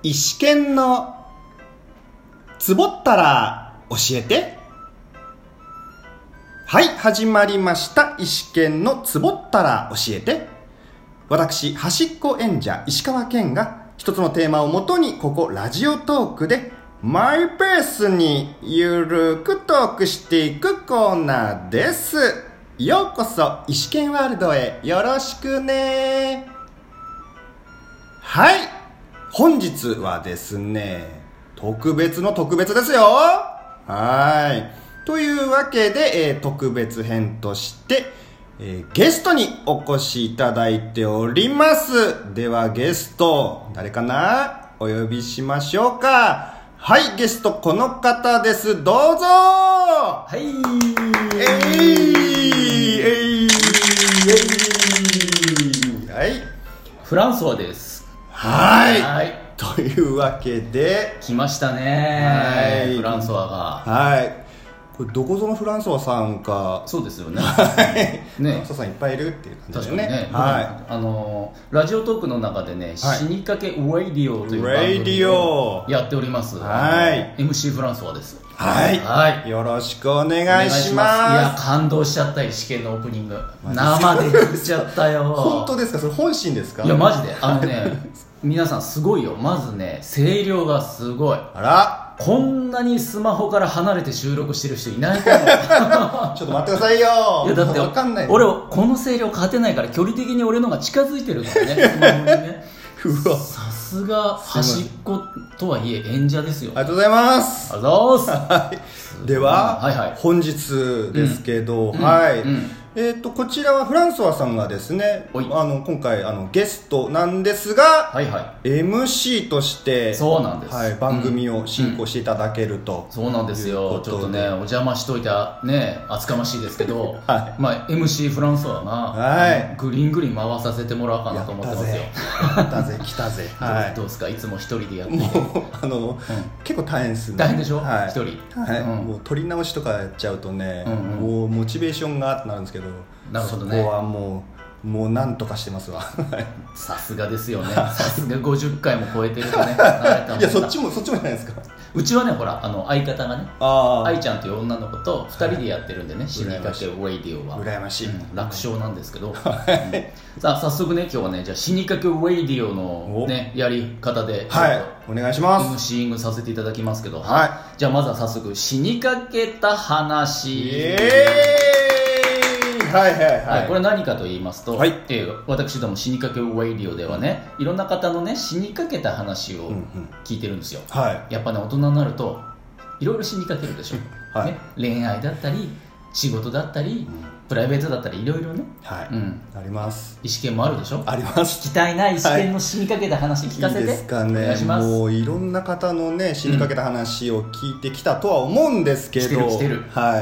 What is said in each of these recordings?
石剣のつぼったら教えて。はい、始まりました。石剣のつぼったら教えて。私、端っこ演者石川健が一つのテーマをもとにここラジオトークでマイペースにゆるくトークしていくコーナーです。ようこそ石剣ワールドへよろしくね。はい、本日はですね、特別の特別ですよ。はい。というわけで、特別編として、ゲストにお越しいただいております。ではゲスト、誰かな？お呼びしましょうか。はい、ゲストこの方です。どうぞ。 はい。 はい。 フランソワです。 はい。というわけで来ましたね。はい。フランソワが。 はい。これどこぞのフランソワさんか。 そうですよね。 ね。フランソワさんいっぱいいるっていう感じでね。 確かにね。はい。ラジオトークの中でね、死にかけラディオという番組をやっております。 はい。 MC フランソワです。 はい。はい。よろしくお願いします。 いや、感動しちゃったよ、試験のオープニング。生で聞いちゃったよ。 本当ですか？それ本心ですか？ いや、マジで。皆さんすごいよ。まずね、声量がすごい。 あら、 こんなにスマホから離れて収録してる人いないと思う。 ちょっと待ってくださいよ。 いや、だって分かんない。 俺この声量勝てないから距離的に俺のが近づいてるからね、スマホにね。さすが端っことはいえ演者ですよ。 ありがとうございます。 ありがとうございます。 では、 はいはい、 本日ですけど、はい。こちらはフランソワさんがですね、今回ゲストなんですが、 はいはい、 MC としてそうなんです、 はい、番組を進行していただけると、 そうなんですよ。ちょっとね、お邪魔しといたね、厚かましいですけど、 はい、 まあ MC フランソワが、 はい、 グリングリン回させてもらおうかなと思ってますよ。 やったぜ来たぜ。 はい、どうですか、いつも一人でやってて。 もう結構大変ですね。 大変でしょ、 はい、 一人、 はい、もう撮り直しとかやっちゃうとね、もうモチベーションがってなるんですけど、 なるほどね、 そこはもうなんとかしてますわ。 さすがですよね。さすが50回も超えてるとね。 いや、そっちもじゃないですか。 うちはね、ほら相方がね、愛ちゃんという女の子と2人でやってるんでね、死にかけラディオは羨ましい、 楽勝なんですけど、さあ早速ね、今日はね、じゃあ死にかけラディオのねやり方で、 はい、お願いします。 シーングさせていただきますけど、はい、じゃあまずは早速死にかけた話。 はいはいはい、 これ何かと言いますと、 はい、 私ども死にかけラディオではね、いろんな方のね死にかけた話を聞いてるんですよ、 はい、 やっぱね、大人になるといろいろ死にかけるでしょ、はい、ね、恋愛だったり仕事だったり、プライベートだったりいろいろね、 はい、あります。 意思権もあるでしょ。 あります。 聞きたいな、意思権の死にかけた話聞かせて。 いいですかね。 お願いします。 もういろんな方のね死にかけた話を聞いてきたとは思うんですけど、 来てるはい、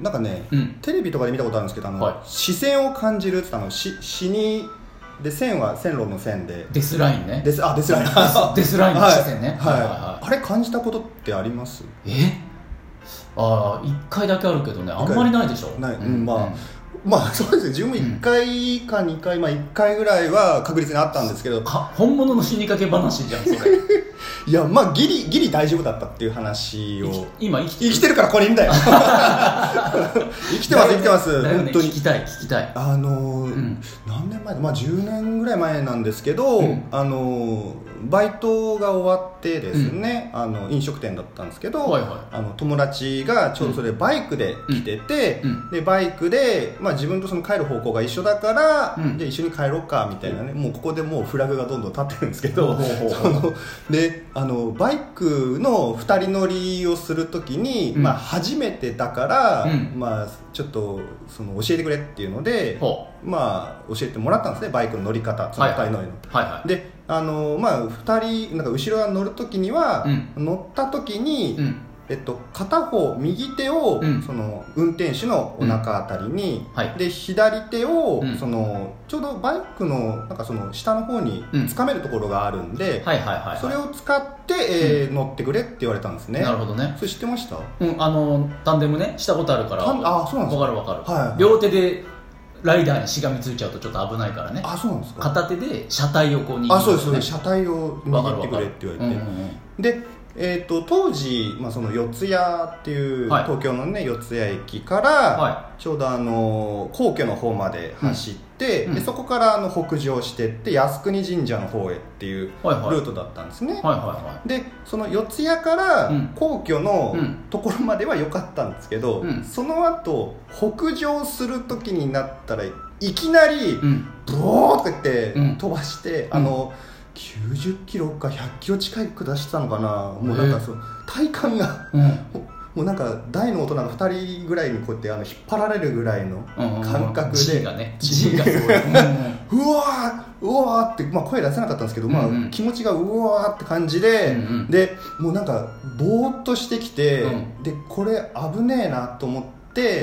なんかね、テレビとかで見たことあるんですけど、視線を感じるって死にで、線は線路の線でデスラインね。 デスラインデスラインの視線ね。 あれ感じたことってあります？ 1回だけあるけどね、あんまりないでしょ。 ない、まあそうですね、自分も1回か2回、1回ぐらいは確実にあったんですけど、 本物の死にかけ話じゃんそれ。 いや、ギリ大丈夫だったっていう話を。 今生きてるからこれいいんだよ。生きてます本当に。 聞きたい何年前だ、10年ぐらい前なんですけど、バイトが終わってですね、飲食店だったんですけど、友達がちょうどそれバイクで来てて、でバイクで、自分とその帰る方向が一緒だから、じゃあ一緒に帰ろうかみたいなね、もうここでもうフラグがどんどん立ってるんですけど、でバイクの2人乗りをするときに、初めてだから、ちょっとその教えてくれっていうので、教えてもらったんですね、バイクの乗り方、その2人乗りの。で2人なんか後ろが乗るときには、乗ったときに、片方右手を、その運転手のお腹あたりに、で左手を、そのちょうどバイクのなんかその下の方に掴めるところがあるんで、それを使って、乗ってくれって言われたんですね。 なるほどね。 それ知ってました？ タンデムねしたことあるから。 そうなんですか。 分かる、両手でライダーにしがみついちゃうとちょっと危ないからね。 あ、そうなんですか。 片手で車体をこう握る、ね、 あ、そうですそうです、車体を握ってくれって言われて、で当時、その四谷っていう、東京のね四谷駅から、ちょうど皇居の方まで走って、でそこから北上してって靖国神社の方へっていうルートだったんですね。でその四谷から皇居のところまでは良かったんですけど、その後北上する時になったらいきなりブオーとか言って飛ばして、90キロか100キロ近く出してたのかな。もうなんかそう体感が、もうなんか大の大人が2人ぐらいにこうやって引っ張られるぐらいの感覚で、 G がね、G がすごい、 うわーうわーって、声出せなかったんですけど、気持ちがうわーって感じで、でもうなんかぼーっとしてきて、でこれ危ねえなと思って、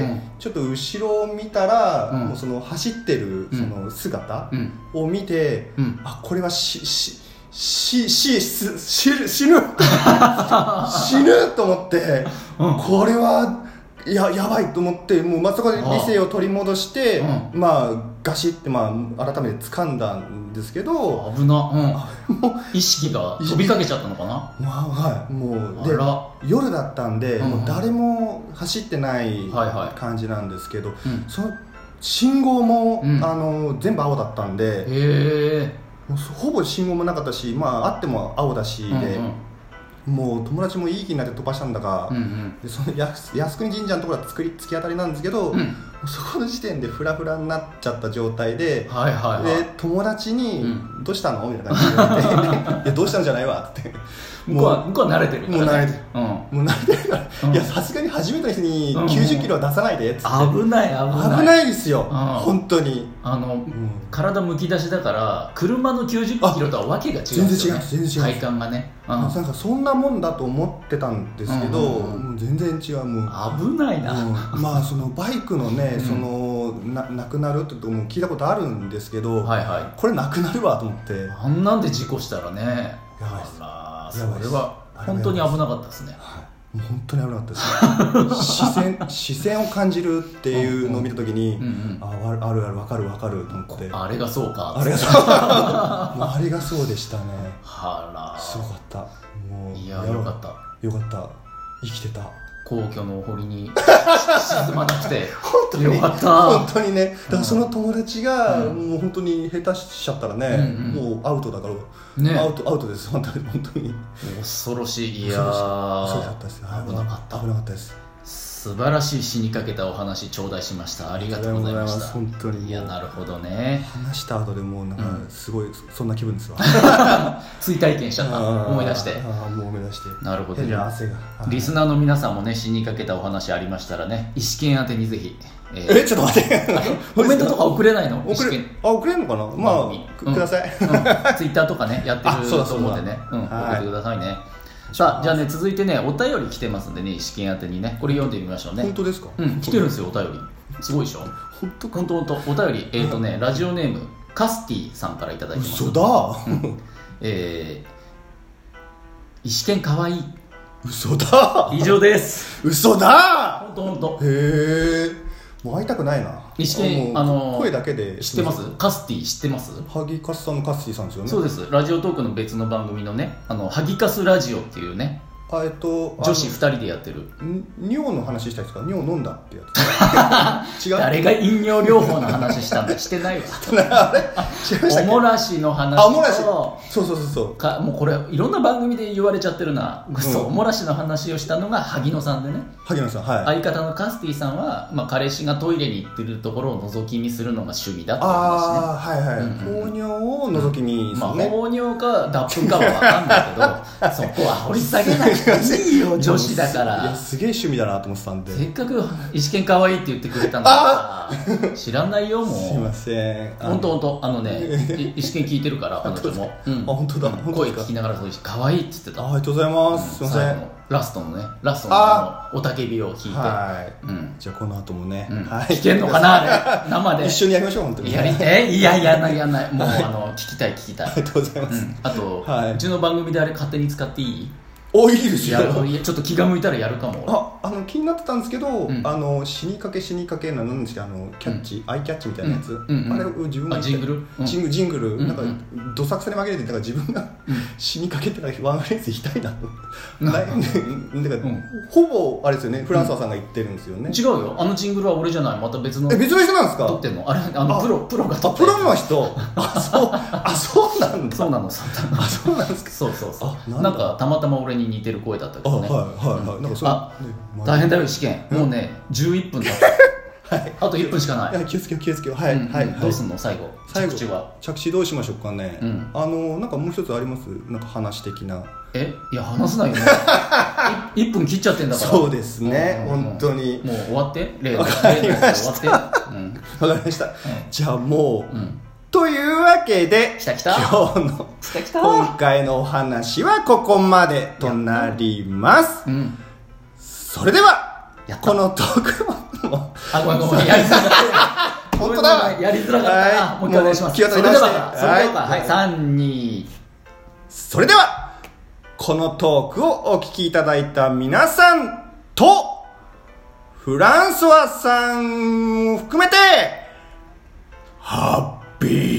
ちょっと後ろを見たら、もうその走ってるその姿を見て、あ、これは死ぬ死ぬと思って、これはやばいと思って、もうそこで理性を取り戻して、ガシッて改めて掴んだんですけど、 危な、もう意識が飛びかけちゃったのかな。 はい、もうで夜だったんで、もう誰も走ってない感じなんですけど、その信号も、全部青だったんで、ほぼ信号もなかったし、あっても青だしで、もう友達もいい気になって飛ばしたんだか、でその靖国神社のところは突き当たりなんですけど、そこの時点でフラフラになっちゃった状態で、で友達に、どうしたのみたいな感じで言われて、いやどうしたんじゃないわって。 向こうは慣れてるから、ね、 もう慣れてるから、いやさすがに初めての人に90キロは出さないでっつって、 危ないですよ、本当に体むき出しだから車の90キロとはわけが違うんですよね。 全然違う、 体感がね、 なんかそんなもんだと思ってたんですけど、もう全然違う。もう危ないな、 そのバイクのね、そのなくなるってもう聞いたことあるんですけど、これなくなるわと思って、 あんなんで事故したらね、やばいっす。それは本当に危なかったですね。 もう本当に危なかったです視線を感じるっていうのを見たときに、ある分かると思って、 あれがそうか、 あれがそうでしたね。すごかった。もういや、よかった、 生きてた。 皇居のお堀に沈まなくてよかった。 本当にね。だからその友達がもう本当に下手しちゃったらね、もうアウトだから、アウトです。本当に恐ろしい。いやー、危なかったです。 素晴らしい死にかけたお話頂戴しました。ありがとうございました。 本当に。 いや、なるほどね。 話した後でもうなんかすごい、そんな気分ですわ。 追体験しちゃった。思い出して。なるほど。リスナーの皆さんもね、死にかけたお話ありましたらね、意思券宛てにぜひ。 ちょっと待って。 コメントとか送れないの？ 送れるのかな。ください。 ツイッターとかね、やってると思うんでね、送ってくださいね。さあ、じゃあね、続いてね、お便り来てますんでね、意思券宛てにね、これ読んでみましょうね。 本当ですか？ 来てるんですよ、お便り。すごいでしょ？本当。お便り、ラジオネームカスティさんからいただいてます。 嘘だ。 意思券かわいい。 嘘だ。 以上です。 嘘だ。 本当。 へえ。もう会いたくないな。 意思券、 声だけで知ってます？カスティ知ってます？ ハギカスさんのカスティさんですよね。 そうです。ラジオトークの別の番組のね、ハギカスラジオっていうね、女子2人でやってる。 尿の話したいですか？尿飲んだってやつ。違う。 誰が飲尿療法の話したんだ？してないわ。 あれ？違いましたっけ？ おもらしの話と。おもらし。そう。 もうこれいろんな番組で言われちゃってるな。そう、おもらしの話をしたのが萩野さんでね。 萩野さん、はい。 相方のカスティさんは、彼氏がトイレに行ってるところを覗き見するのが趣味だっていう話ね。 放尿を覗き見するね。 放尿か脱粉かは分かんないけど、そこは掘り下げなくていいよ、女子だから。 いや、すげえ趣味だなと思ってたんで。 せっかく意思券かわいいって言ってくれたんだから知らないよ、もう。 すいません。 本当意思券聞いてるから、彼女も。 本当だ。 声聞きながらかわいいって言ってた。 ありがとうございます。すいません。 ラストのおたけびを聞いて、 じゃあこの後もね、 聞けんのかな、あれ生で一緒にやりましょう。本当にいややんないもう聞きたい。 ありがとうございます。 あとうちの番組であれ勝手に使っていい？ いいですよ。 ちょっと気が向いたらやるかも。 気になってたんですけど、死にかけなんですか、キャッチ、アイキャッチみたいなやつ、あれを自分がジングル、 ジングル、なんかどさくさに紛れて、だから自分が死にかけてたらワンフレーズ弾きたいなと。だからほぼあれですよね、フランソワさんが言ってるんですよね。 違うよ、あのジングルは俺じゃない、また別の。 別の人なんですか？ 撮ってんの？あれ、プロが撮って。 プロの人。そうなんだ。 そうなの。 そうなんですか。 そう。なんかたまたま俺に似てる声だったけどね。大変だよ試験。もうね11分だった。あと1分しかない。 気をつけよう。はい。 どうすんの最後？着地は。 着地どうしましょうかね。なんかもう一つあります？なんか話的な。 いや話すなよね。1分切っちゃってんだから。 そうですね、本当に。 もう終わって。 わかりました。わかりました。じゃあもう。というわけで今回のお話はここまでとなります。それではこのトークもごめんやりづらかった。本当だ、やりづらかった。もう一回お願いします。それでは3、2。 それではこのトークをお聞きいただいた皆さんとフランソワさんを含めてハッピー